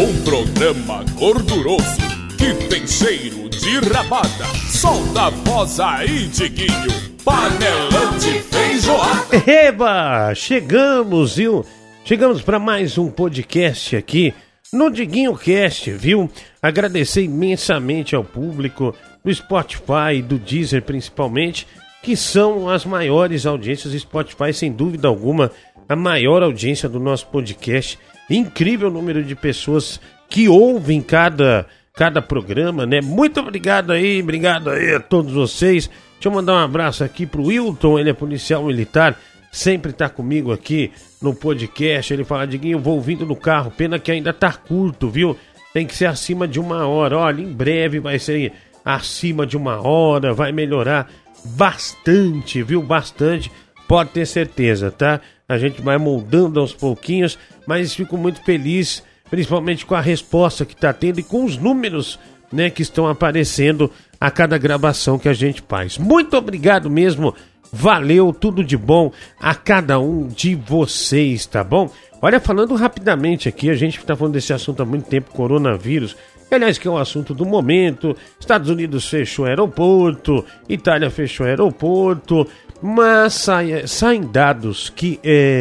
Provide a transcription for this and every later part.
Um programa gorduroso que tem cheiro de rabada. Solta a voz aí, Diguinho, panelão de feijoada. Eba, chegamos, viu? Chegamos para mais um podcast aqui no Diguinho Cast, viu? Agradecer imensamente ao público do Spotify, do Deezer principalmente, que são as maiores audiências. Spotify, sem dúvida alguma, a maior audiência do nosso podcast. Incrível número de pessoas que ouvem cada programa, né? Muito obrigado aí a todos vocês. Deixa eu mandar um abraço aqui pro Wilton, ele é policial militar, sempre tá comigo aqui no podcast. Ele fala: Diguinho, vou ouvindo no carro, pena que ainda tá curto, viu? Tem que ser acima de 1 hora. Olha, em breve vai ser acima de 1 hora, vai melhorar bastante, viu? Bastante, pode ter certeza, tá? A gente vai moldando aos pouquinhos, mas fico muito feliz, principalmente com a resposta que tá tendo e com os números, né, que estão aparecendo a cada gravação que a gente faz. Muito obrigado mesmo, valeu, tudo de bom a cada um de vocês, tá bom? Olha, falando rapidamente aqui, a gente tá falando desse assunto há muito tempo, coronavírus, aliás, que é um assunto do momento. Estados Unidos fechou aeroporto, Itália fechou aeroporto, mas saem dados que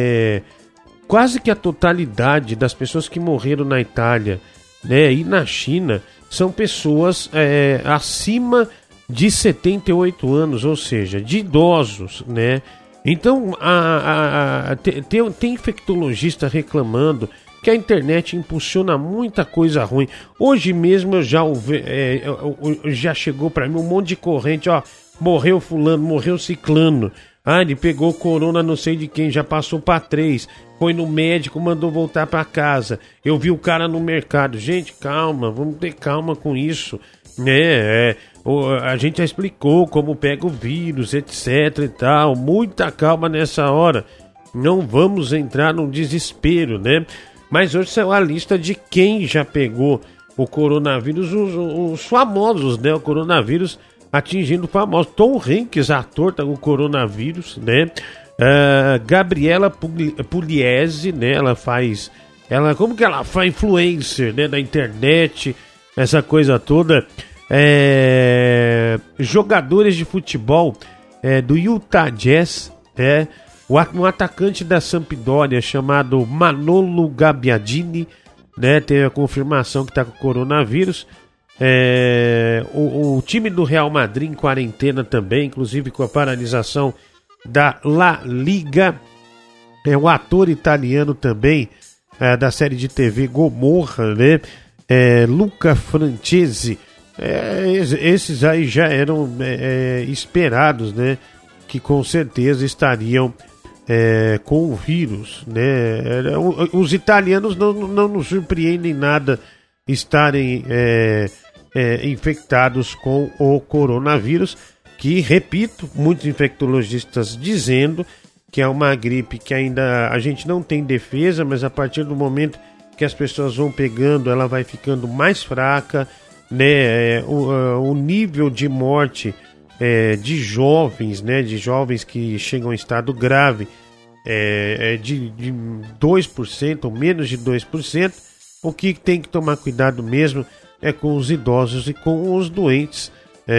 quase que a totalidade das pessoas que morreram na Itália, né, e na China são pessoas acima de 78 anos, ou seja, de idosos, né? Então, tem infectologista reclamando que a internet impulsiona muita coisa ruim. Hoje mesmo eu já ouvi, já chegou pra mim um monte de corrente, ó, morreu fulano, morreu ciclano. Ah, ele pegou corona não sei de quem, já passou pra 3, foi no médico, mandou voltar pra casa. Eu vi o cara no mercado. Gente, calma, vamos ter calma com isso, né? A gente já explicou como pega o vírus, etc e tal. Muita calma nessa hora. Não vamos entrar num desespero, né? Mas hoje saiu a lista de quem já pegou o coronavírus, os famosos, né? O coronavírus atingindo famosos. Tom Hanks, ator, tá com o coronavírus, né? Gabriela Pugliese, né? Como que ela faz? Influencer, né? Da internet, essa coisa toda. Jogadores de futebol do Utah Jazz, um atacante da Sampdoria chamado Manolo Gabbiadini, né, teve a confirmação que está com coronavírus. O time do Real Madrid em quarentena também, inclusive com a paralisação da La Liga. O ator italiano também da série de TV Gomorra, né, Luca Francesi. Esses aí já eram esperados, né, que com certeza estariam com o vírus, né? Os italianos não nos surpreendem nada estarem infectados com o coronavírus, que, repito, muitos infectologistas dizendo que é uma gripe que ainda a gente não tem defesa, mas a partir do momento que as pessoas vão pegando, ela vai ficando mais fraca, né? O nível de morte de jovens, né, de jovens que chegam em estado grave de 2% ou menos de 2%. O que tem que tomar cuidado mesmo é com os idosos e com os doentes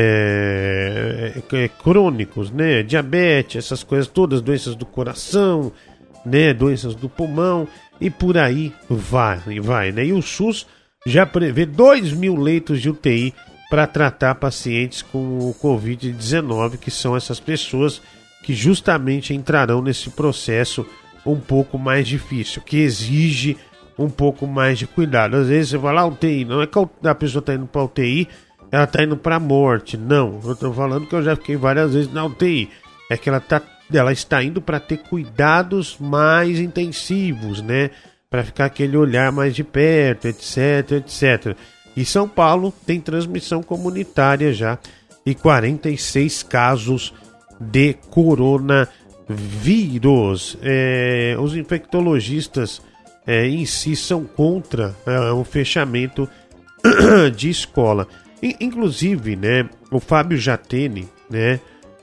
crônicos, né, diabetes, essas coisas todas, doenças do coração, né, doenças do pulmão e por aí vai, né? E o SUS já prevê 2.000 leitos de UTI para tratar pacientes com o Covid-19, que são essas pessoas que justamente entrarão nesse processo um pouco mais difícil, que exige um pouco mais de cuidado. Às vezes você vai lá, UTI, não é que a pessoa está indo para UTI, ela está indo para a morte, não. Eu estou falando que eu já fiquei várias vezes na UTI, é que ela está indo para ter cuidados mais intensivos, né? Para ficar aquele olhar mais de perto, etc, etc. E São Paulo tem transmissão comunitária já e 46 casos de coronavírus. Os infectologistas em si são contra o fechamento de escola. Inclusive, né, o Fábio Jatene, né,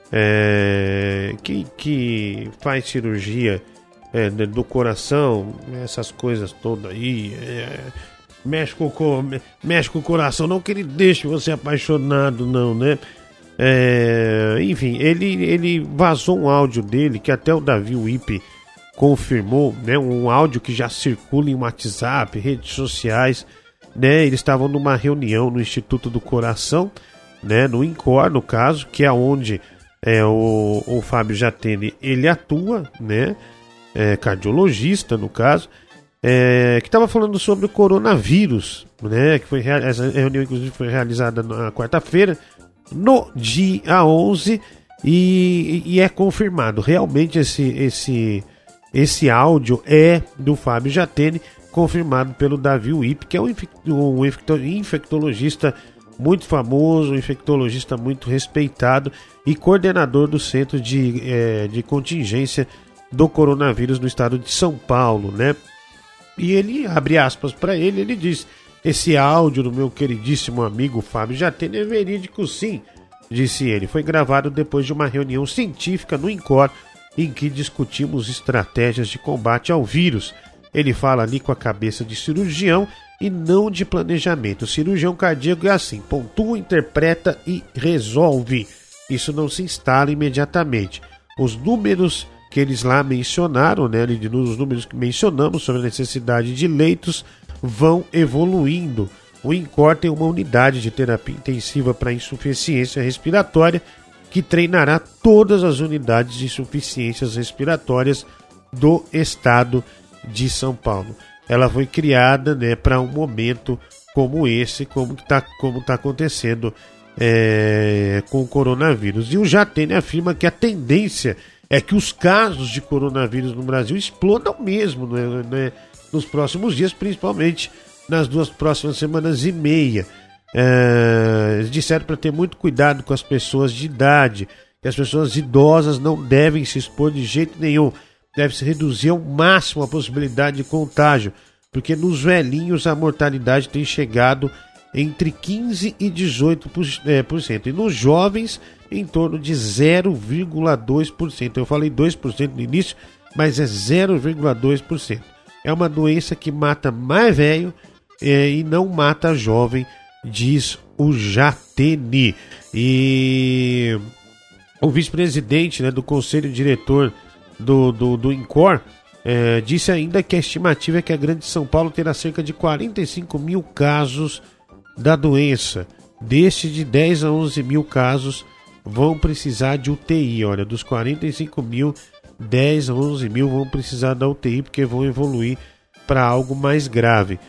que faz cirurgia do coração, essas coisas todas aí, mexe com o coração, não que ele deixe você apaixonado, não, né? Enfim, ele vazou um áudio dele que até o Davi Wipe confirmou, né? Um áudio que já circula em WhatsApp, redes sociais, né? Eles estavam numa reunião no Instituto do Coração, né? No INCOR, no caso, que é onde o Fábio Jatene ele atua, né? Cardiologista, no caso, que estava falando sobre o coronavírus, né? Que foi essa reunião, inclusive, foi realizada na quarta-feira, no dia 11, e é confirmado. Realmente esse áudio é do Fábio Jatene, confirmado pelo Davi Wipe, que é um infectologista muito famoso, um infectologista muito respeitado e coordenador do Centro de Contingência do Coronavírus no estado de São Paulo, né? E ele, abre aspas para ele diz: esse áudio do meu queridíssimo amigo Fábio Jatene é verídico, sim, disse ele. Foi gravado depois de uma reunião científica no INCOR, em que discutimos estratégias de combate ao vírus. Ele fala ali com a cabeça de cirurgião e não de planejamento. O cirurgião cardíaco é assim: pontua, interpreta e resolve. Isso não se instala imediatamente. Os números que eles lá mencionaram, né, os números que mencionamos sobre a necessidade de leitos, vão evoluindo. O INCOR tem uma unidade de terapia intensiva para insuficiência respiratória que treinará todas as unidades de insuficiências respiratórias do estado de São Paulo. Ela foi criada, né, para um momento como esse, como tá acontecendo com o coronavírus. E o Jatene afirma que a tendência é que os casos de coronavírus no Brasil explodam mesmo, né, nos próximos dias, principalmente nas 2 próximas semanas e meia. Eles disseram para ter muito cuidado com as pessoas de idade, que as pessoas idosas não devem se expor de jeito nenhum. Deve-se reduzir ao máximo a possibilidade de contágio, porque nos velhinhos a mortalidade tem chegado entre 15% e 18%, e nos jovens em torno de 0,2%. Eu falei 2% no início, mas é 0,2%. É uma doença que mata mais velho e não mata jovem, diz o Jatene. E o vice-presidente, né, do conselho diretor do INCOR disse ainda que a estimativa é que a Grande São Paulo terá cerca de 45 mil casos da doença. Destes, de 10 a 11 mil casos vão precisar de UTI. Olha, dos 45 mil, 10 a 11 mil vão precisar da UTI, porque vão evoluir para algo mais grave.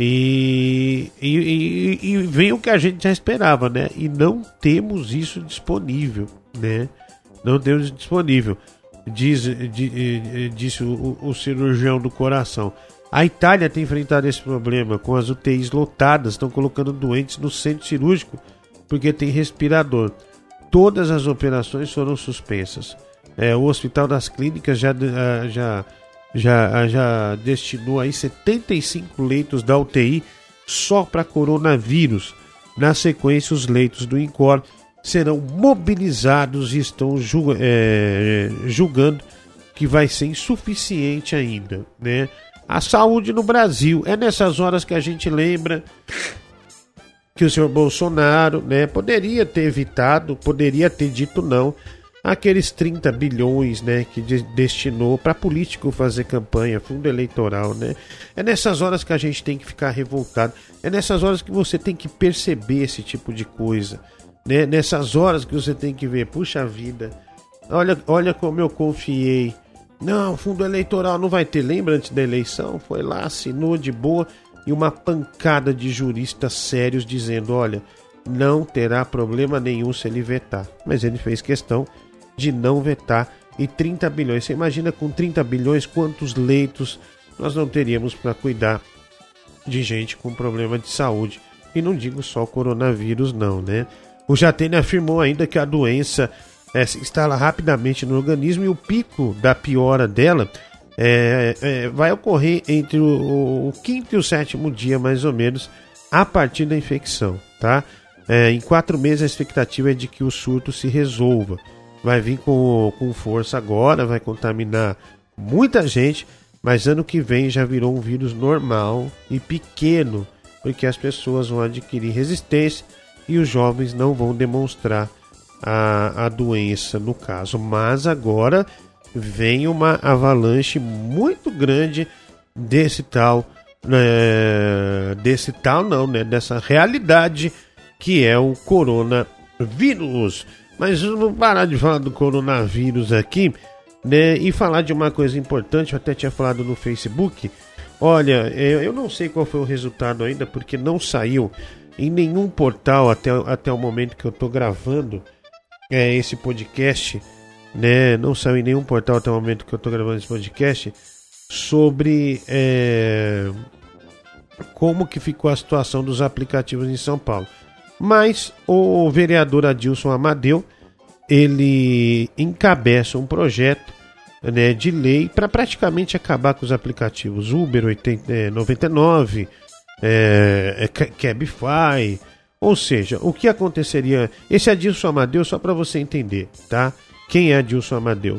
E vem o que a gente já esperava, né? E não temos isso disponível, né? Não temos disponível, disse o cirurgião do coração. A Itália tem enfrentado esse problema com as UTIs lotadas, estão colocando doentes no centro cirúrgico porque tem respirador. Todas as operações foram suspensas. O Hospital das Clínicas já destinou aí 75 leitos da UTI só para coronavírus. Na sequência, os leitos do INCOR serão mobilizados e estão julgando que vai ser insuficiente ainda, né? A saúde no Brasil. É nessas horas que a gente lembra que o senhor Bolsonaro, né, poderia ter evitado, poderia ter dito não aqueles 30 bilhões, né, que destinou para político fazer campanha, fundo eleitoral, né? É nessas horas que a gente tem que ficar revoltado. É nessas horas que você tem que perceber esse tipo de coisa, né? Nessas horas que você tem que ver, puxa vida, olha como eu confiei. Não, fundo eleitoral não vai ter. Lembra, antes da eleição, foi lá, assinou de boa, e uma pancada de juristas sérios dizendo, olha, não terá problema nenhum se ele vetar. Mas ele fez questão de não vetar. E 30 bilhões, você imagina com 30 bilhões quantos leitos nós não teríamos para cuidar de gente com problema de saúde. E não digo só coronavírus não, né? O Jatene afirmou ainda que a doença se instala rapidamente no organismo e o pico da piora dela vai ocorrer entre o 5º e o 7º dia, mais ou menos, a partir da infecção, tá? Em 4 meses a expectativa é de que o surto se resolva. Vai vir com força agora, vai contaminar muita gente, mas ano que vem já virou um vírus normal e pequeno porque as pessoas vão adquirir resistência e os jovens não vão demonstrar a doença no caso. Mas agora vem uma avalanche muito grande dessa realidade que é o coronavírus. Mas vamos parar de falar do coronavírus aqui, né, e falar de uma coisa importante. Eu até tinha falado no Facebook. Olha, eu não sei qual foi o resultado ainda, porque não saiu em nenhum portal até o momento que eu estou gravando esse podcast, né? Não saiu em nenhum portal até o momento que eu estou gravando esse podcast sobre como que ficou a situação dos aplicativos em São Paulo. Mas o vereador Adilson Amadeu, ele encabeça um projeto, né, de lei para praticamente acabar com os aplicativos Uber 99, Cabify. Ou seja, o que aconteceria? Esse Adilson Amadeu, só para você entender, tá? Quem é Adilson Amadeu?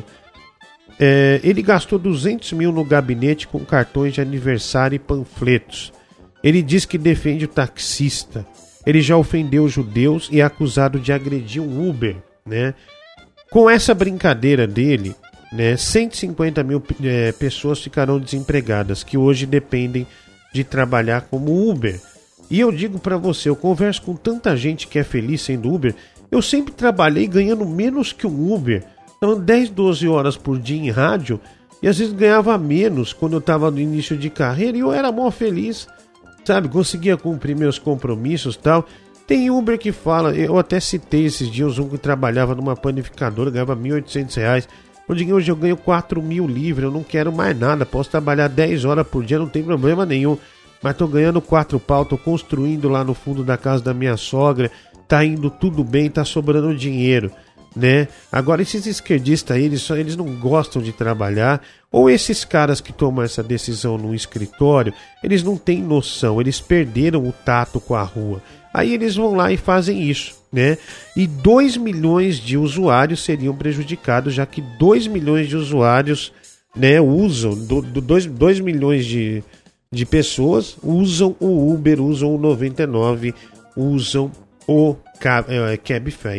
Ele gastou 200 mil no gabinete com cartões de aniversário e panfletos. Ele diz que defende o taxista. Ele já ofendeu os judeus e é acusado de agredir um Uber, né? Com essa brincadeira dele, né, 150 mil pessoas ficarão desempregadas, que hoje dependem de trabalhar como Uber. E eu digo pra você, eu converso com tanta gente que é feliz sendo Uber. Eu sempre trabalhei ganhando menos que um Uber. Então 10, 12 horas por dia em rádio, e às vezes ganhava menos quando eu tava no início de carreira, e eu era mó feliz, sabe? Conseguia cumprir meus compromissos e tal. Tem Uber que fala, eu até citei esses dias um que trabalhava numa panificadora, ganhava R$1.800. Hoje eu ganho 4 mil livre, eu não quero mais nada, posso trabalhar 10 horas por dia, não tem problema nenhum. Mas tô ganhando 4 pau, tô construindo lá no fundo da casa da minha sogra, tá indo tudo bem, tá sobrando dinheiro, né? Agora esses esquerdistas aí, eles não gostam de trabalhar, ou esses caras que tomam essa decisão no escritório, eles não têm noção, eles perderam o tato com a rua. Aí eles vão lá e fazem isso, né? E 2 milhões de usuários seriam prejudicados, já que 2 milhões de usuários, né, usam, 2 milhões de pessoas usam o Uber, usam o 99, usam o Cabify.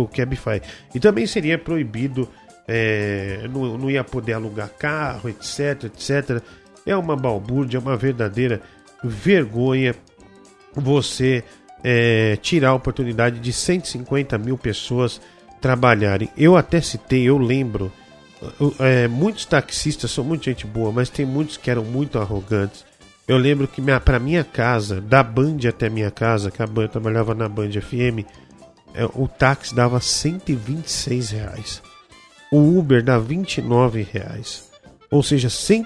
E também seria proibido, não ia poder alugar carro, etc. É uma balbúrdia, é uma verdadeira vergonha você tirar a oportunidade de 150 mil pessoas trabalharem. Eu até citei, eu lembro, muitos taxistas são muito gente boa, mas tem muitos que eram muito arrogantes. Eu lembro que pra minha casa, da Band até minha casa, que eu trabalhava na Band FM, o táxi dava R$126. O Uber dava R$29. Ou seja,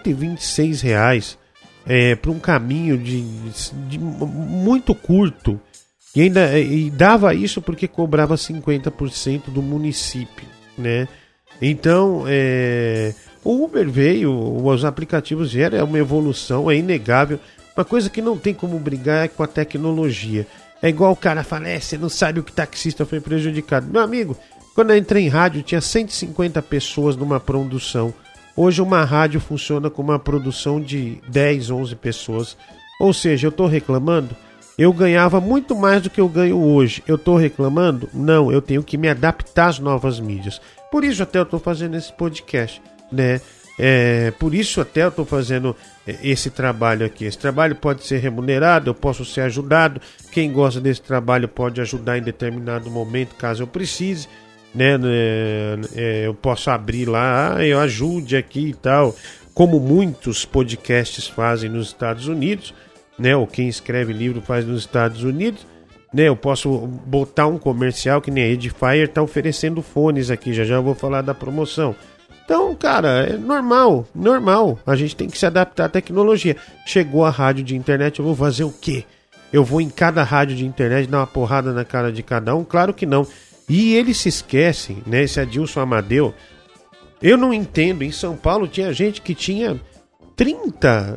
R$126 para um caminho de muito curto. E dava isso porque cobrava 50% do município, né? Então, o Uber veio, os aplicativos vieram, é uma evolução, é inegável. Uma coisa que não tem como brigar é com a tecnologia. É igual o cara fala, você não sabe o que taxista foi prejudicado. Meu amigo, quando eu entrei em rádio, tinha 150 pessoas numa produção. Hoje uma rádio funciona com uma produção de 10, 11 pessoas. Ou seja, eu estou reclamando? Eu ganhava muito mais do que eu ganho hoje. Eu estou reclamando? Não, eu tenho que me adaptar às novas mídias. Por isso até eu estou fazendo esse podcast, né? Por isso até eu estou fazendo esse trabalho aqui. Esse trabalho pode ser remunerado, eu posso ser ajudado. Quem gosta desse trabalho pode ajudar em determinado momento, caso eu precise, né? Eu posso abrir lá, eu ajude aqui e tal, como muitos podcasts fazem nos Estados Unidos, né? Ou quem escreve livro faz nos Estados Unidos, né? Eu posso botar um comercial que nem a Edifier está oferecendo fones aqui, já vou falar da promoção. Então, cara, é normal. A gente tem que se adaptar à tecnologia. Chegou a rádio de internet, eu vou fazer o quê? Eu vou em cada rádio de internet dar uma porrada na cara de cada um? Claro que não. E eles se esquecem, né? Esse Adilson Amadeu, eu não entendo. Em São Paulo tinha gente que tinha 30,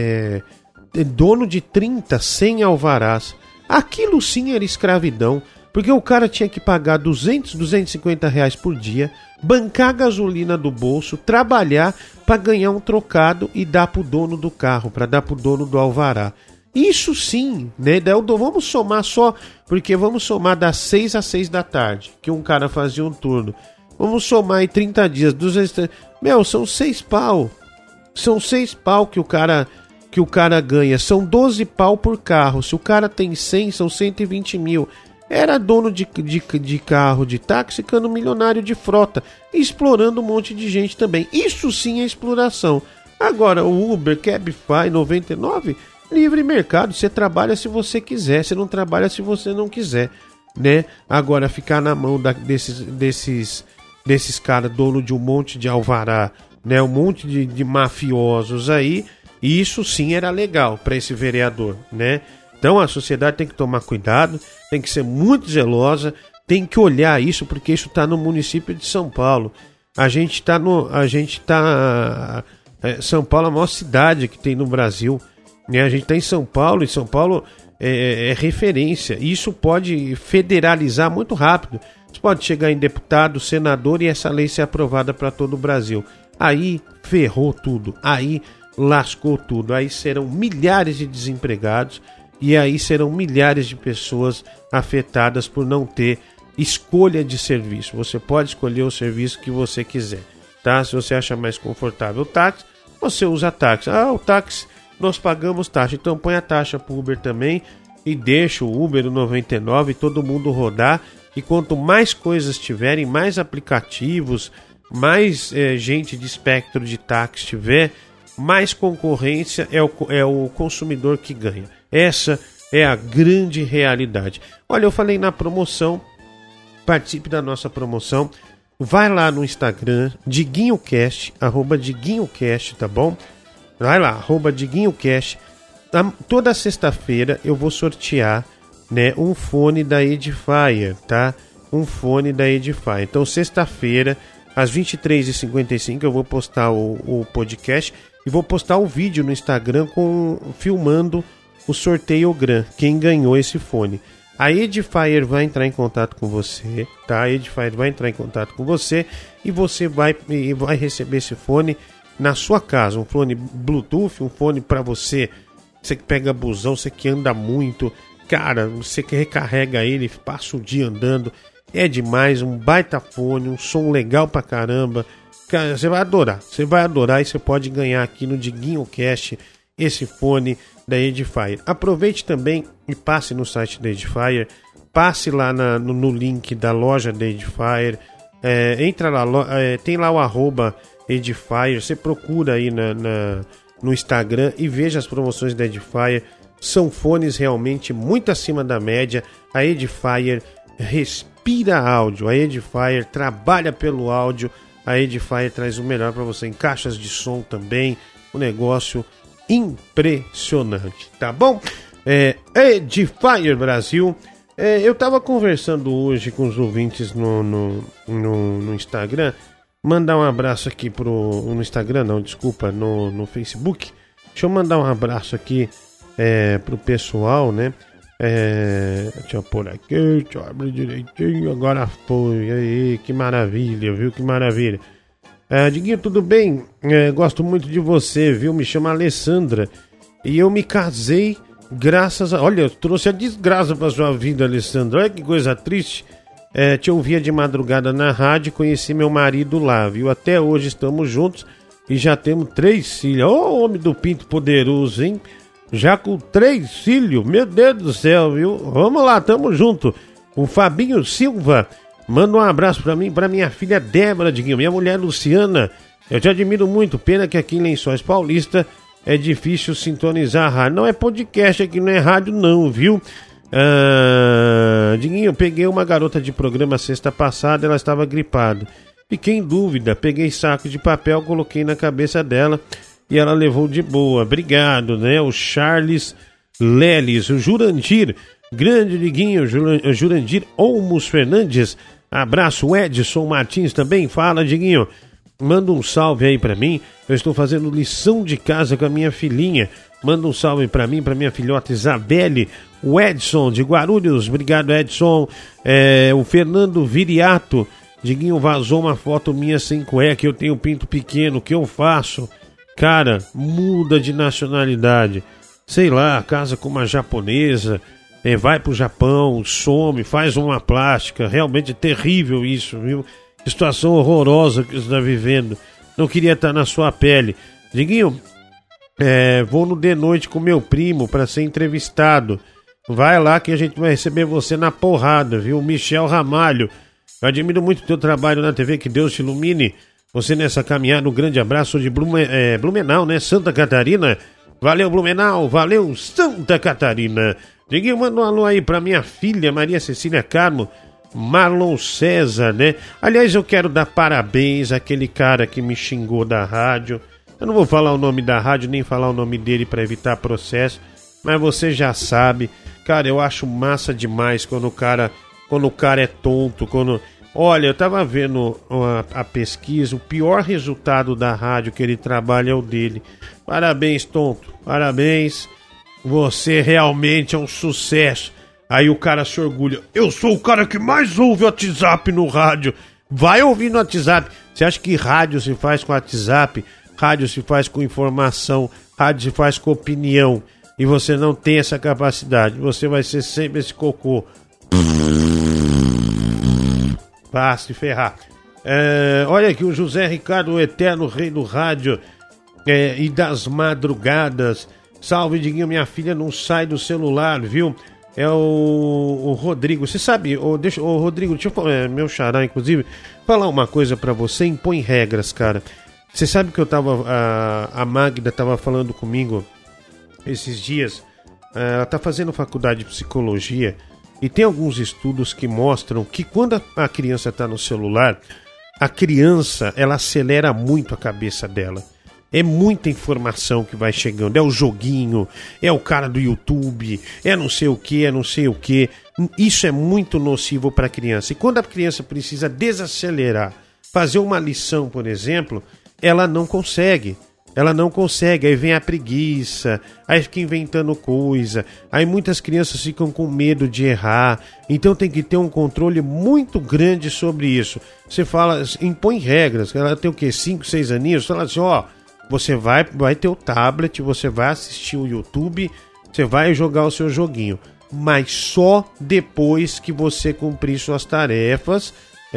dono de 30, 100 alvarás. Aquilo sim era escravidão, porque o cara tinha que pagar 200, 250 reais por dia, bancar a gasolina do bolso, trabalhar para ganhar um trocado e dar pro dono do carro, para dar pro dono do alvará. Isso sim, né? Vamos somar só, porque vamos somar das 6 às 6 da tarde, que um cara fazia um turno. Vamos somar em 30 dias, 200... Meu, são 6 pau. São 6 pau que o cara ganha. São 12 pau por carro. Se o cara tem 100, são 120 mil. Era dono de carro, de táxi, ficando milionário de frota, explorando um monte de gente também. Isso sim é exploração. Agora, o Uber, Cabify, 99, livre mercado. Você trabalha se você quiser, você não trabalha se você não quiser, né? Agora, ficar na mão desses caras, dono de um monte de alvará, né? Um monte de mafiosos aí, isso sim era legal para esse vereador, né? Então a sociedade tem que tomar cuidado, tem que ser muito zelosa, tem que olhar isso, porque isso está no município de São Paulo. São Paulo é a maior cidade que tem no Brasil, né? A gente está em São Paulo, e São Paulo é referência. Isso pode federalizar muito rápido. Você pode chegar em deputado, senador e essa lei ser aprovada para todo o Brasil. Aí ferrou tudo, aí lascou tudo, aí serão milhares de desempregados e aí serão milhares de pessoas afetadas por não ter escolha de serviço. Você pode escolher o serviço que você quiser, tá? Se você acha mais confortável o táxi, você usa táxi. O táxi, nós pagamos taxa, então põe a taxa pro Uber também e deixa o Uber, o 99, todo mundo rodar. E quanto mais coisas tiverem, mais aplicativos, mais gente de espectro de táxi tiver, mais concorrência, é o consumidor que ganha. Essa é a grande realidade. Olha, eu falei na promoção, participe da nossa promoção, vai lá no Instagram, DiguinhoCast, @DiguinhoCast, tá bom? Vai lá, @DiguinhoCast. Toda sexta-feira eu vou sortear, né, um fone da Edifier, tá? Um fone da Edifier. Então, sexta-feira, às 23h55, eu vou postar o podcast e vou postar o vídeo no Instagram filmando o sorteiogram, quem ganhou esse fone. A Edifier vai entrar em contato com você, tá? A Edifier vai entrar em contato com você e você vai receber esse fone na sua casa. Um fone Bluetooth, um fone para você que pega busão, você que anda muito, cara, você que recarrega ele, passa o dia andando, é demais, um baita fone, um som legal pra caramba. Cara, você vai adorar e você pode ganhar aqui no DiguinhoCast esse fone da Edifier. Aproveite também e passe no site da Edifier, passe lá no link da loja da Edifier, entra lá, tem lá o @Edifier, você procura aí no Instagram e veja as promoções da Edifier. São fones realmente muito acima da média. A Edifier respira áudio, a Edifier trabalha pelo áudio, a Edifier traz o melhor para você em caixas de som também, um negócio impressionante, tá bom? Edifier Brasil. Eu tava conversando hoje com os ouvintes no Instagram. Mandar um abraço aqui no Instagram, não, desculpa, no Facebook. Deixa eu mandar um abraço aqui pro pessoal, né? Deixa eu pôr aqui, deixa eu abrir direitinho. Agora foi, aí, que maravilha, viu? Que maravilha. Diguinho, tudo bem? Gosto muito de você, viu? Me chama Alessandra e eu me casei graças a... Olha, eu trouxe a desgraça pra sua vida, Alessandra. Olha que coisa triste. Te ouvia de madrugada na rádio, conheci meu marido lá, viu? Até hoje estamos juntos e já temos 3 filhos. Ô, homem do pinto poderoso, hein? Já com 3 filhos, meu Deus do céu, viu? Vamos lá, tamo junto. O Fabinho Silva manda um abraço pra mim, pra minha filha Débora, Diguinho, minha mulher Luciana. Eu te admiro muito, pena que aqui em Lençóis Paulista é difícil sintonizar a rádio. Não é podcast aqui, não é rádio não, viu? Diguinho, peguei uma garota de programa sexta passada, ela estava gripada. Fiquei em dúvida, peguei saco de papel, coloquei na cabeça dela e ela levou de boa. Obrigado, né? O Charles Leles, o Jurandir, grande Diguinho, Jurandir Olmos Fernandes. Abraço, Edson Martins também. Fala, Diguinho. Manda um salve aí pra mim. Eu estou fazendo lição de casa com a minha filhinha. Manda um salve pra mim, pra minha filhota Isabelle. O Edson de Guarulhos. Obrigado, Edson. O Fernando Viriato. Diguinho, vazou uma foto minha sem cueca. Eu tenho pinto pequeno. O que eu faço? Cara, muda de nacionalidade. sei lá, casa com uma japonesa, vai pro Japão, some, faz uma plástica. Realmente é terrível isso, viu? Que situação horrorosa que você está vivendo. Não queria estar na sua pele. Diguinho, vou no de noite com meu primo para ser entrevistado. Vai lá que a gente vai receber você na porrada, viu? Michel Ramalho. Eu admiro muito o teu trabalho na TV, que Deus te ilumine. Você nessa caminhada, um grande abraço de Blumenau, né? Santa Catarina. Valeu, Blumenau. Valeu, Santa Catarina. Diguinho, manda um alô aí pra minha filha, Maria Cecília Carmo, Marlon César, né? Aliás, eu quero dar parabéns àquele cara que me xingou da rádio. Eu não vou falar o nome da rádio, nem falar o nome dele pra evitar processo, mas você já sabe. Cara, eu acho massa demais quando o cara é tonto, Olha, eu tava vendo a pesquisa, o pior resultado da rádio que ele trabalha é o dele. Parabéns, tonto, parabéns, você realmente é um sucesso. Aí o cara se orgulha, eu sou o cara que mais ouve o WhatsApp no rádio. Vai ouvir no WhatsApp. Você acha que rádio se faz com WhatsApp? Rádio se faz com informação, rádio se faz com opinião. E você não tem essa capacidade, você vai ser sempre esse cocô. Vá se ferrar. Olha aqui o José Ricardo, o eterno rei do rádio e das madrugadas. Salve, Diguinho, minha filha não sai do celular, viu? É o Rodrigo. Você sabe, Rodrigo, deixa eu meu xará, inclusive, falar uma coisa pra você. Impõe regras, cara. Você sabe que a Magda tava falando comigo esses dias. Ela tá fazendo faculdade de psicologia e tem alguns estudos que mostram que quando a criança tá no celular, a criança, ela acelera muito a cabeça dela. É muita informação que vai chegando. É o joguinho, é o cara do YouTube, é não sei o que. Isso é muito nocivo para a criança. E quando a criança precisa desacelerar, fazer uma lição, por exemplo, ela não consegue. Aí vem a preguiça, aí fica inventando coisa, aí muitas crianças ficam com medo de errar, então tem que ter um controle muito grande sobre isso. Você fala, impõe regras, ela tem o quê? 5, 6 aninhos, fala assim, você vai ter o tablet, você vai assistir o YouTube, você vai jogar o seu joguinho, mas só depois que você cumprir suas tarefas,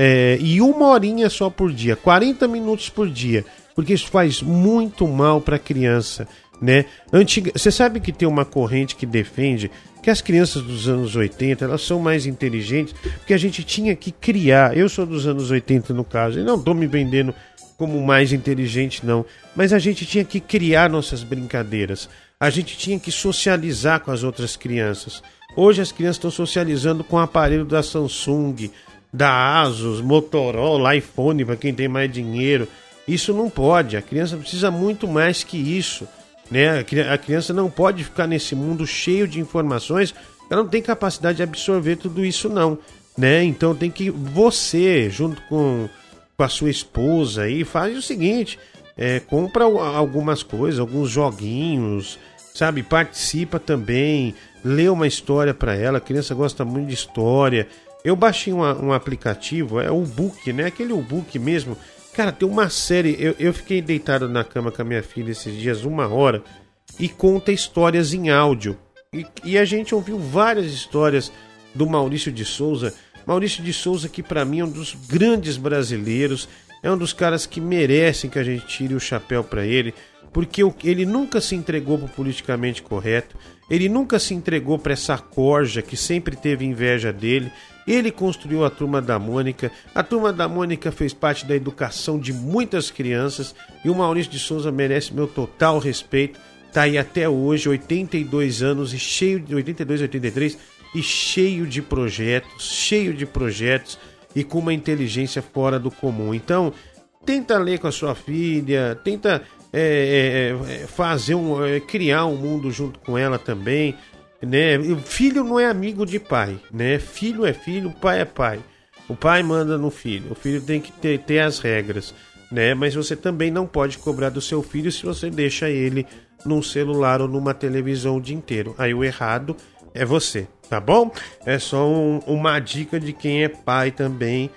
e 1 horinha só por dia, 40 minutos por dia, porque isso faz muito mal para a criança, né? Você sabe que tem uma corrente que defende que as crianças dos anos 80, elas são mais inteligentes, porque a gente tinha que criar. Eu sou dos anos 80 no caso, e não estou me vendendo como mais inteligente não, mas a gente tinha que criar nossas brincadeiras, a gente tinha que socializar com as outras crianças. Hoje as crianças estão socializando com o aparelho da Samsung, da Asus, Motorola, iPhone, para quem tem mais dinheiro. Isso não pode, a criança precisa muito mais que isso, né? A criança não pode ficar nesse mundo cheio de informações, ela não tem capacidade de absorver tudo isso não, né? Então tem que você, junto com a sua esposa aí, faz o seguinte, compra algumas coisas, alguns joguinhos, sabe? Participa também, lê uma história para ela, a criança gosta muito de história. Eu baixei um aplicativo, o Book, né? Aquele book mesmo. Cara, tem uma série, eu fiquei deitado na cama com a minha filha esses dias, 1 hora, e conta histórias em áudio. E a gente ouviu várias histórias do Maurício de Souza. Maurício de Souza, que pra mim é um dos grandes brasileiros, é um dos caras que merecem que a gente tire o chapéu pra ele, porque ele nunca se entregou pro politicamente correto, ele nunca se entregou pra essa corja que sempre teve inveja dele. Ele construiu a Turma da Mônica. A Turma da Mônica fez parte da educação de muitas crianças. E o Maurício de Souza merece meu total respeito. Tá aí até hoje, 82 anos, e cheio de 82, 83, e cheio de projetos, e com uma inteligência fora do comum. Então, tenta ler com a sua filha, tenta criar um mundo junto com ela também. Né? Filho não é amigo de pai, né? Filho é filho, pai é pai. O pai manda no filho, o filho tem que ter as regras, né? Mas você também não pode cobrar do seu filho se você deixa ele num celular ou numa televisão o dia inteiro. Aí o errado é você, tá bom? É só uma dica de quem é pai também.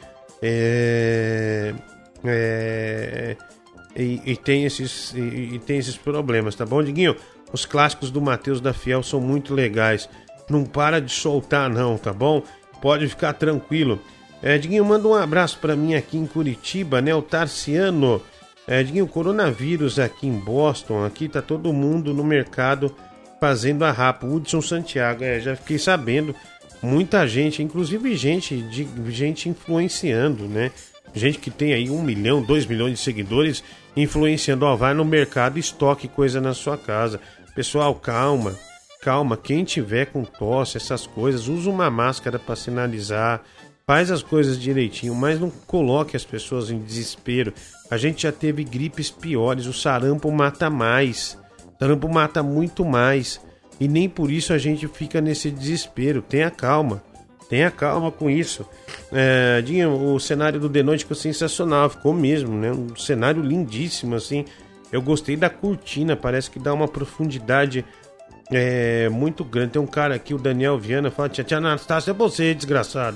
E tem esses problemas, tá bom, Diguinho? Os clássicos do Matheus da Fiel são muito legais. Não para de soltar não, tá bom? Pode ficar tranquilo. Diguinho, manda um abraço pra mim aqui em Curitiba, né? O Tarciano. Diguinho, coronavírus aqui em Boston. Aqui tá todo mundo no mercado fazendo a rapa. Hudson Santiago, já fiquei sabendo. Muita gente, inclusive gente influenciando, né? Gente que tem aí 1 milhão, 2 milhões de seguidores influenciando. Vai no mercado e estoque coisa na sua casa. Pessoal, calma. Quem tiver com tosse, essas coisas, usa uma máscara para sinalizar. Faz as coisas direitinho, mas não coloque as pessoas em desespero. A gente já teve gripes piores, o sarampo mata mais. O sarampo mata muito mais. E nem por isso a gente fica nesse desespero. Tenha calma com isso. O cenário do The Noite ficou sensacional, ficou mesmo, né? Um cenário lindíssimo, assim. Eu gostei da cortina, parece que dá uma profundidade muito grande. Tem um cara aqui, o Daniel Viana, fala: Tia Anastácia, é você, desgraçado.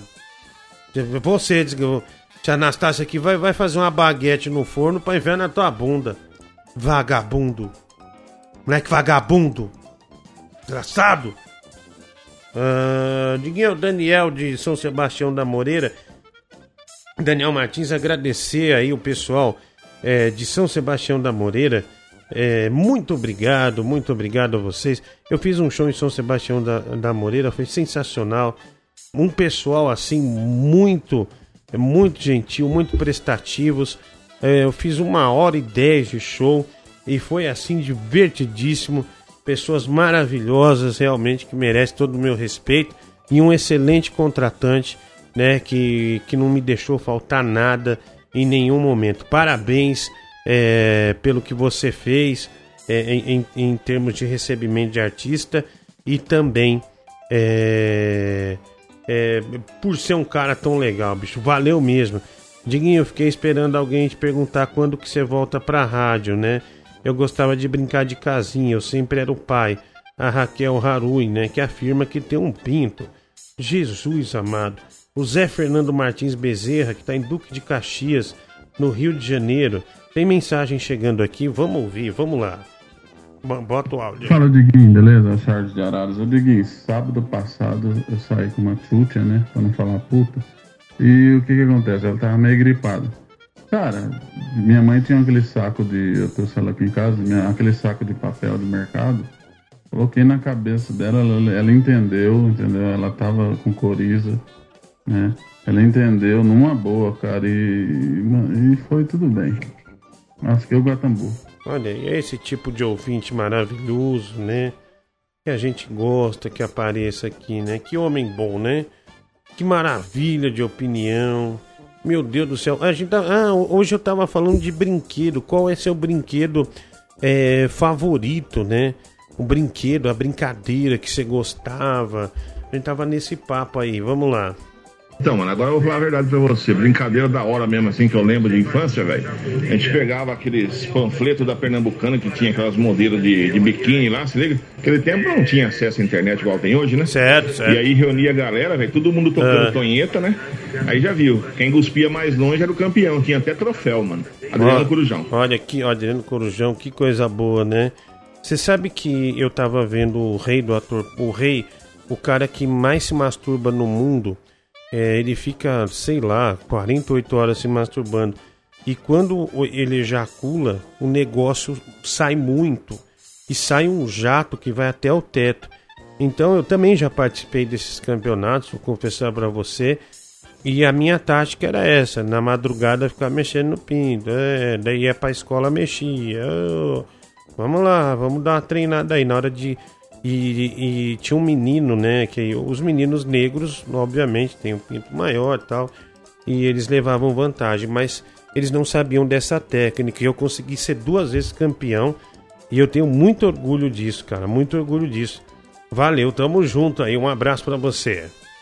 Tia Anastácia aqui vai fazer uma baguete no forno pra enfiar na tua bunda. Vagabundo. Moleque vagabundo. Desgraçado. Diguinho, o Daniel de São Sebastião da Moreira. Daniel Martins, agradecer aí o pessoal de São Sebastião da Moreira. Muito obrigado a vocês. Eu fiz um show em São Sebastião da Moreira, foi sensacional. Um pessoal assim muito gentil, muito prestativos. Eu fiz 1h10 de show e foi assim divertidíssimo. Pessoas maravilhosas, realmente, que merecem todo o meu respeito. E um excelente contratante, né, que não me deixou faltar nada em nenhum momento. Parabéns pelo que você fez em termos de recebimento de artista e também por ser um cara tão legal, bicho. Valeu mesmo. Diguinho, eu fiquei esperando alguém te perguntar quando que você volta pra rádio, né? Eu gostava de brincar de casinha, eu sempre era o pai. A Raquel Harui, né? Que afirma que tem um pinto. Jesus amado. O Zé Fernando Martins Bezerra, que tá em Duque de Caxias, no Rio de Janeiro. Tem mensagem chegando aqui, vamos ouvir, vamos lá. Bota o áudio. Fala, Diguinho, beleza? Charles de Araras. Ô, Diguinho, sábado passado eu saí com uma tchutcha, né? Pra não falar puta. E o que acontece? Ela tava meio gripada. Cara, minha mãe tinha aquele saco eu trouxe ela aqui em casa, aquele saco de papel de mercado. Coloquei na cabeça dela, ela entendeu? Ela tava com coriza, né? Ela entendeu numa boa, cara, e foi tudo bem. Acho que eu Guatambu. Olha, é esse tipo de ouvinte maravilhoso, né? Que a gente gosta que apareça aqui, né? Que homem bom, né? Que maravilha de opinião. Meu Deus do céu. Hoje eu tava falando de brinquedo. Qual é seu brinquedo favorito, né? O brinquedo, a brincadeira que você gostava. A gente tava nesse papo aí. Vamos lá. Então, mano, agora eu vou falar a verdade pra você. Brincadeira da hora mesmo, assim, que eu lembro de infância, velho. A gente pegava aqueles panfletos da Pernambucana que tinha aquelas modelos de biquíni lá, se liga? Naquele tempo não tinha acesso à internet igual tem hoje, né? Certo. E aí reunia a galera, velho, todo mundo tocando tonheta, né? Aí já viu, quem cuspia mais longe era o campeão, tinha até troféu, mano. Adriano Corujão. Olha aqui, Adriano Corujão, que coisa boa, né? Você sabe que eu tava vendo o rei do ator, o cara que mais se masturba no mundo. Ele fica, sei lá, 48 horas se masturbando. E quando ele ejacula, o negócio sai muito. E sai um jato que vai até o teto. Então eu também já participei desses campeonatos, vou confessar pra você. E a minha tática era essa, na madrugada ficar mexendo no pinto. Daí ia pra escola, mexia. Vamos lá, vamos dar uma treinada aí. Na hora de... E tinha um menino, né? Que os meninos negros, obviamente, têm um pinto maior e tal. E eles levavam vantagem, mas eles não sabiam dessa técnica. E eu consegui ser 2 vezes campeão. E eu tenho muito orgulho disso, cara. Muito orgulho disso. Valeu, tamo junto aí. Um abraço pra você.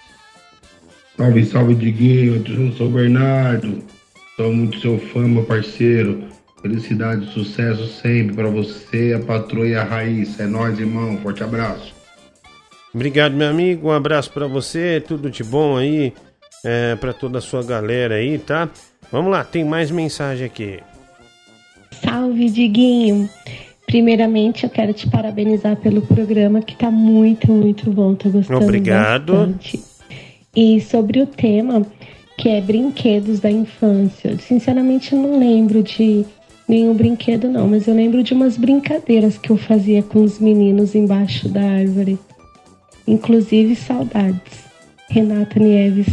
Salve, salve, Diguinho. Eu sou o Bernardo. Sou muito seu fã, meu parceiro. Felicidade, sucesso sempre pra você, a patroa e a Raíssa. É nóis, irmão. Forte abraço. Obrigado, meu amigo. Um abraço pra você. Tudo de bom aí. Pra toda a sua galera aí, tá? Vamos lá, tem mais mensagem aqui. Salve, Diguinho. Primeiramente, eu quero te parabenizar pelo programa, que tá muito, muito bom. Tô gostando bastante. E sobre o tema, que é brinquedos da infância. Eu, sinceramente, não lembro de nenhum brinquedo, não. Mas eu lembro de umas brincadeiras que eu fazia com os meninos embaixo da árvore. Inclusive, saudades. Renata Nieves.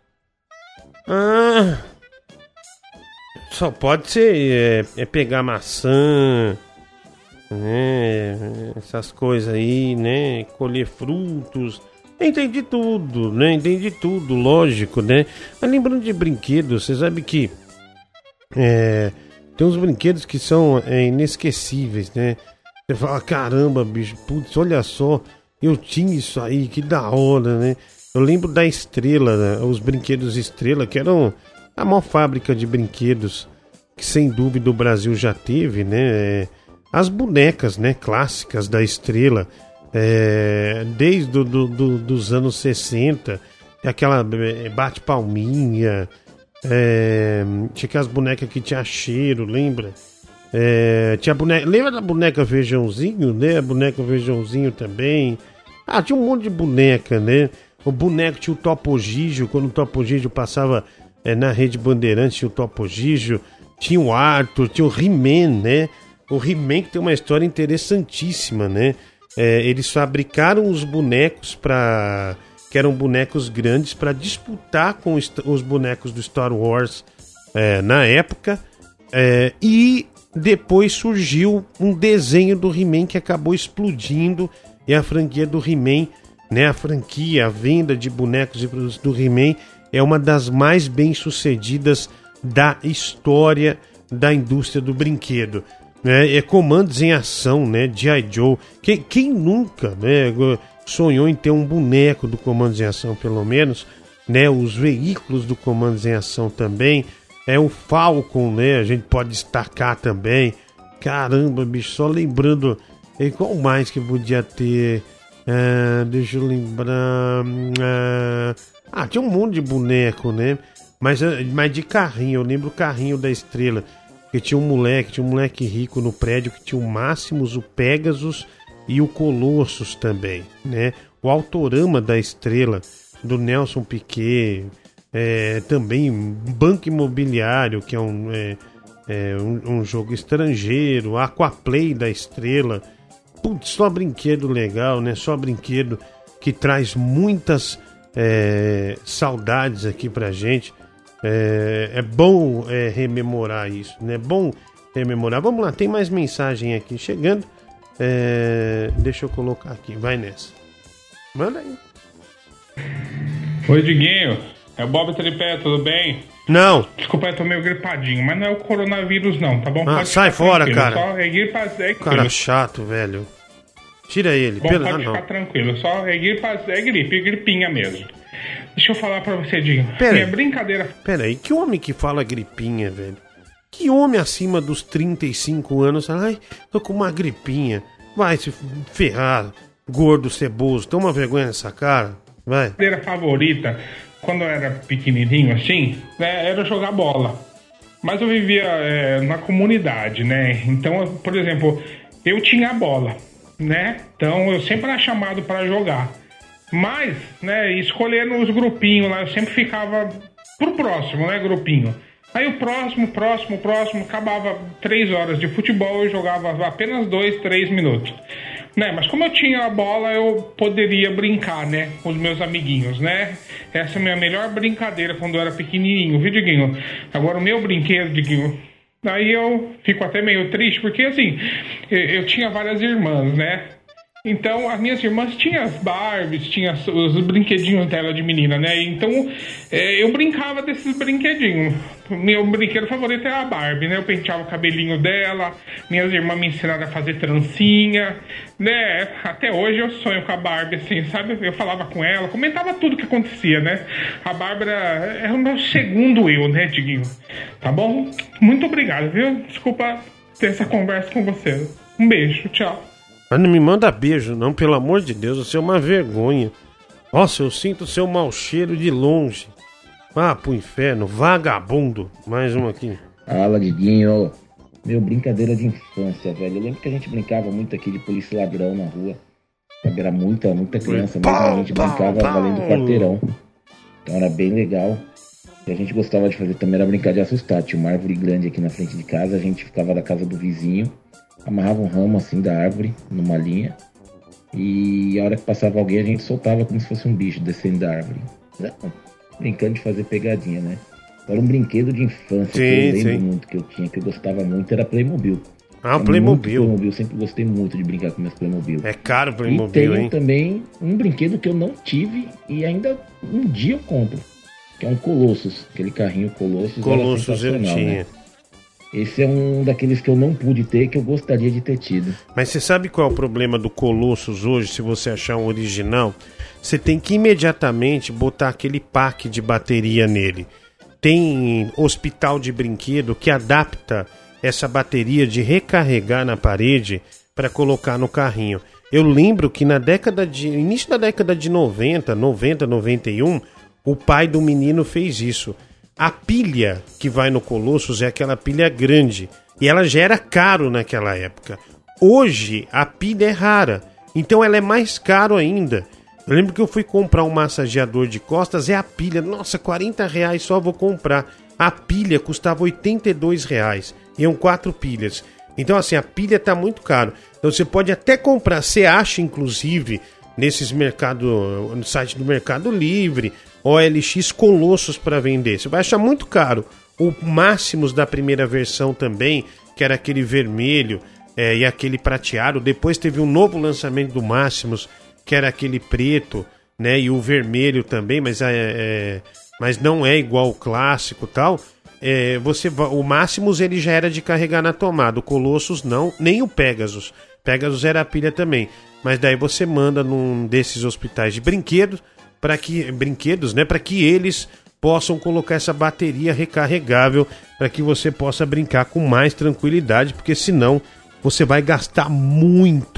Só pode ser pegar maçã, né? Essas coisas aí, né? Colher frutos. Entendi tudo, né? Entendi tudo, lógico, né? Mas lembrando de brinquedos, você sabe que tem uns brinquedos que são inesquecíveis, né? Você fala, caramba, bicho, putz, olha só, eu tinha isso aí, que da hora, né? Eu lembro da Estrela, né? Os brinquedos Estrela, que eram a maior fábrica de brinquedos que sem dúvida o Brasil já teve, né? As bonecas, né, clássicas da Estrela, desde dos anos 60, aquela bate-palminha, tinha aquelas bonecas que tinha cheiro, lembra? Tinha boneca, lembra da boneca Feijãozinho, né? A boneca Feijãozinho também. Tinha um monte de boneca, né? O boneco tinha o Topo Gigio, quando o Topo Gigio passava na Rede Bandeirantes, tinha o Topo Gigio, tinha o Arthur, tinha o He-Man, né? O He-Man que tem uma história interessantíssima, né? Eles fabricaram os bonecos que eram bonecos grandes para disputar com os bonecos do Star Wars na época, e depois surgiu um desenho do He-Man que acabou explodindo, e a franquia do He-Man, né, a venda de bonecos e produtos do He-Man é uma das mais bem-sucedidas da história da indústria do brinquedo. Comandos em Ação, né, G.I. Joe. Quem nunca, né, sonhou em ter um boneco do Comandos em Ação, pelo menos, né? Os veículos do Comandos em Ação também. O Falcon, né, a gente pode destacar também. Caramba, bicho, só lembrando. Qual mais que podia ter? Deixa eu lembrar. Tinha um monte de boneco, né? Mas de carrinho, eu lembro o carrinho da Estrela. Que tinha um moleque rico no prédio que tinha o Máximos, o Pegasus e o Colossus também, né? O Autorama da Estrela, do Nelson Piquet, também Banco Imobiliário, que é um jogo estrangeiro, o Aquaplay da Estrela. Putz, só brinquedo legal, né? Só brinquedo que traz muitas saudades aqui pra gente. É bom rememorar isso, né? É bom rememorar. Vamos lá, tem mais mensagem aqui chegando. Deixa eu colocar aqui, vai nessa. Manda aí. Oi, Diguinho. É o Bob Tripé, tudo bem? Não. Desculpa, eu tô meio gripadinho, mas não é o coronavírus não, tá bom? Sai fora, tranquilo. cara. Só gripa, cara chato, velho. Tira ele. Bom, pode ficar tranquilo, só gripinha mesmo. Deixa eu falar pra você, Dinho. Minha brincadeira... Peraí, que homem que fala gripinha, velho? Que homem acima dos 35 anos fala, ai, tô com uma gripinha. Vai se ferrar, gordo, ceboso. Toma vergonha nessa cara, vai. Minha brincadeira favorita, quando eu era pequenininho assim, era jogar bola. Mas eu vivia na comunidade, né? Então, por exemplo, eu tinha a bola, né? Então eu sempre era chamado pra jogar. Mas, né, escolhendo os grupinhos lá, eu sempre ficava pro próximo, né, grupinho. Aí o próximo, acabava 3 horas de futebol e jogava apenas 2, 3 minutos. Né, mas como eu tinha a bola, eu poderia brincar, né, com os meus amiguinhos, né? Essa é a minha melhor brincadeira quando eu era pequenininho, viu, Diguinho? Agora, o meu brinquedo, Diguinho, aí eu fico até meio triste, porque, assim, eu tinha várias irmãs, né? Então, as minhas irmãs tinham as Barbies, tinham os brinquedinhos dela de menina, né? Então, eu brincava desses brinquedinhos. Meu brinquedo favorito era a Barbie, né? Eu penteava o cabelinho dela, minhas irmãs me ensinaram a fazer trancinha, né? Até hoje eu sonho com a Barbie, assim, sabe? Eu falava com ela, comentava tudo que acontecia, né? A Bárbara é o meu segundo eu, né, Diguinho? Tá bom? Muito obrigado, viu? Desculpa ter essa conversa com você. Um beijo, tchau. Mas não me manda beijo, não, pelo amor de Deus, você é uma vergonha. Nossa, eu sinto seu mau cheiro de longe. Pro inferno, vagabundo. Mais um aqui. Fala, Diguinho. Meu, brincadeira de infância, velho. Eu lembro que a gente brincava muito aqui de polícia e ladrão na rua. Era muita criança, mesmo a gente brincava valendo quarteirão. Então era bem legal. E a gente gostava de fazer também era brincar de assustar. Tinha uma árvore grande aqui na frente de casa, a gente ficava da casa do vizinho, amarrava um ramo assim da árvore, numa linha, e a hora que passava alguém a gente soltava como se fosse um bicho descendo da árvore. Brincando de fazer pegadinha, né? Era um brinquedo de infância que eu lembro muito que eu tinha, que eu gostava muito, era Playmobil. Ah, Playmobil. Playmobil, sempre gostei muito de brincar com meus Playmobil. É caro o Playmobil, e tenho também um brinquedo que eu não tive e ainda um dia eu compro, que é um Colossus, aquele carrinho Colossus. Colossus eu tinha. Né? Esse é um daqueles que eu não pude ter, que eu gostaria de ter tido. Mas você sabe qual é o problema do Colossus hoje, se você achar um original? Você tem que imediatamente botar aquele pack de bateria nele. Tem hospital de brinquedo que adapta essa bateria de recarregar na parede para colocar no carrinho. Eu lembro que início da década de 90, 91, o pai do menino fez isso. A pilha que vai no Colossus é aquela pilha grande e ela já era caro naquela época. Hoje a pilha é rara, então ela é mais caro ainda. Eu lembro que eu fui comprar um massageador de costas, é a pilha, nossa, R$40 só vou comprar. A pilha custava R$82, iam 4 pilhas. Então assim, a pilha tá muito caro. Então você pode até comprar, você acha inclusive nesses no site do Mercado Livre, OLX, Colossus para vender. Você vai achar muito caro. O Máximos da primeira versão também, que era aquele vermelho e aquele prateado. Depois teve um novo lançamento do Máximos, que era aquele preto, né, e o vermelho também, mas não é igual o clássico e tal. O Máximos ele já era de carregar na tomada, o Colossus não, nem o Pegasus. Pegasus era a pilha também, mas daí você manda num desses hospitais de brinquedos, para que eles possam colocar essa bateria recarregável para que você possa brincar com mais tranquilidade, porque senão você vai gastar muita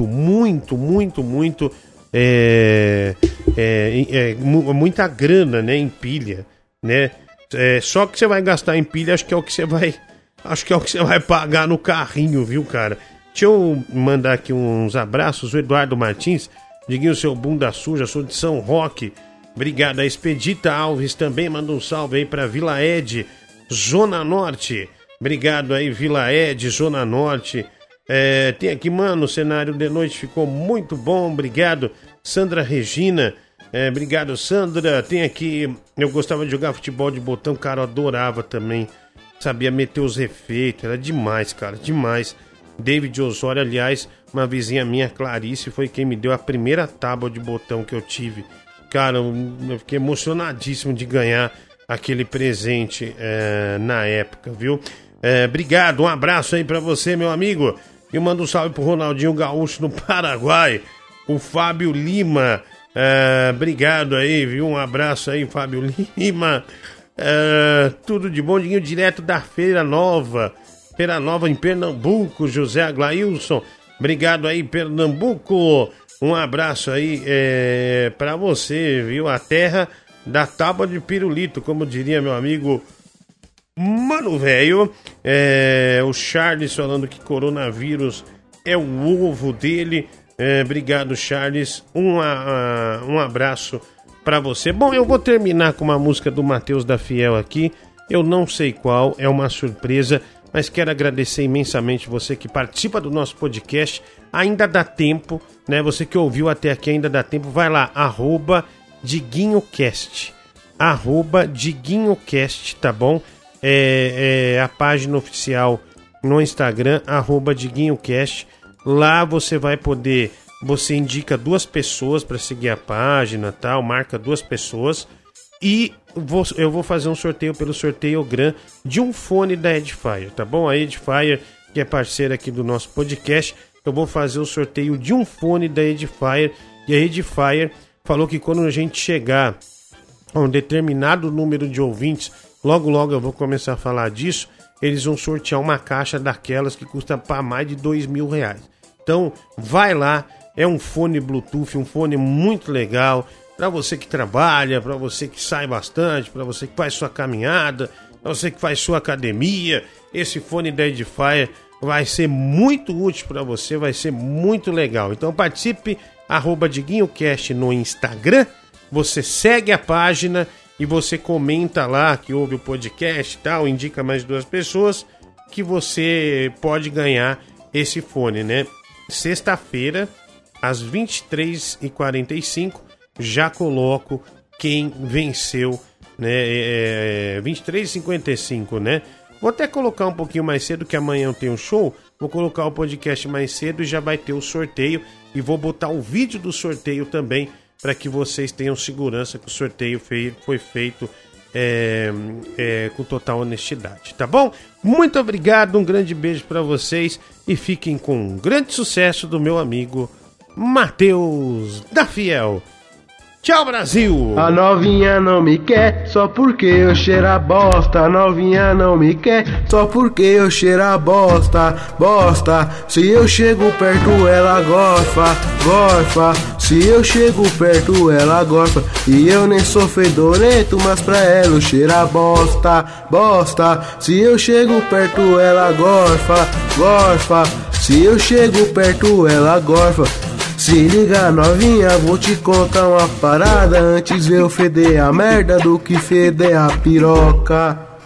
grana, né, em pilha, né? Só que você vai gastar em pilha, acho que é o que você vai pagar no carrinho, viu, cara? Deixa eu mandar aqui uns abraços. O Eduardo Martins, Diguinho, seu bunda suja, sou de São Roque. Obrigado. A Expedita Alves também manda um salve aí pra Vila Ed, Zona Norte. Obrigado aí, Vila Ed, Zona Norte. Tem aqui, mano, o cenário de noite ficou muito bom, obrigado. Sandra Regina, obrigado, Sandra. Tem aqui, eu gostava de jogar futebol de botão, cara, eu adorava também. Sabia meter os efeitos, era demais, cara, demais. David Osório, aliás, uma vizinha minha, Clarice, foi quem me deu a primeira tábua de botão que eu tive. Cara, eu fiquei emocionadíssimo de ganhar aquele presente na época, viu? Obrigado, um abraço aí pra você, meu amigo. Eu mando um salve pro Ronaldinho Gaúcho no Paraguai, o Fábio Lima. Obrigado aí, viu? Um abraço aí, Fábio Lima. Tudo de bom, Diguinho, direto da Feira Nova em Pernambuco, José Aglailson. Obrigado aí, Pernambuco. Um abraço aí pra você, viu? A terra da tábua de pirulito, como diria meu amigo Mano Velho. O Charles falando que coronavírus é o ovo dele. Obrigado, Charles. Um abraço pra você. Bom, eu vou terminar com uma música do Matheus da Fiel aqui. Eu não sei qual, é uma surpresa, mas quero agradecer imensamente você que participa do nosso podcast. Ainda dá tempo, né? Você que ouviu até aqui, ainda dá tempo. Vai lá, @DiguinhoCast. @DiguinhoCast, tá bom? A página oficial no Instagram, @DiguinhoCast. Lá você vai poder... Você indica 2 pessoas para seguir a página, tal, marca 2 pessoas. E eu vou fazer um sorteio pelo Sorteiogram de um fone da Edifier, tá bom? A Edifier, que é parceira aqui do nosso podcast, eu vou fazer o sorteio de um fone da Edifier. E a Edifier falou que quando a gente chegar a um determinado número de ouvintes, logo eu vou começar a falar disso, eles vão sortear uma caixa daquelas que custa para mais de R$2.000. Então, vai lá, é um fone Bluetooth, um fone muito legal, para você que trabalha, para você que sai bastante, para você que faz sua caminhada, para você que faz sua academia. Esse fone da Edifier vai ser muito útil para você, vai ser muito legal. Então participe, @DiguinhoCast no Instagram, você segue a página e você comenta lá que ouve o podcast e tal, indica mais 2 pessoas que você pode ganhar esse fone, né? Sexta-feira, às 23h45, já coloco quem venceu, né? 23h55, né? Vou até colocar um pouquinho mais cedo, que amanhã eu tenho show. Vou colocar o podcast mais cedo e já vai ter o sorteio. E vou botar o vídeo do sorteio também, para que vocês tenham segurança que o sorteio foi feito com total honestidade, tá bom? Muito obrigado, um grande beijo para vocês e fiquem com um grande sucesso do meu amigo Matheus da Fiel. Tchau, Brasil! A novinha não me quer só porque eu cheiro a bosta. A novinha não me quer só porque eu cheiro a bosta. Bosta, se eu chego perto ela gorfa, gorfa. Se eu chego perto ela gorfa. E eu nem sou fedorento, mas pra ela eu cheiro a bosta, bosta. Se eu chego perto ela gorfa, gorfa. Se eu chego perto ela gorfa. Se liga novinha, vou te contar uma parada. Antes eu feder a merda do que feder a piroca.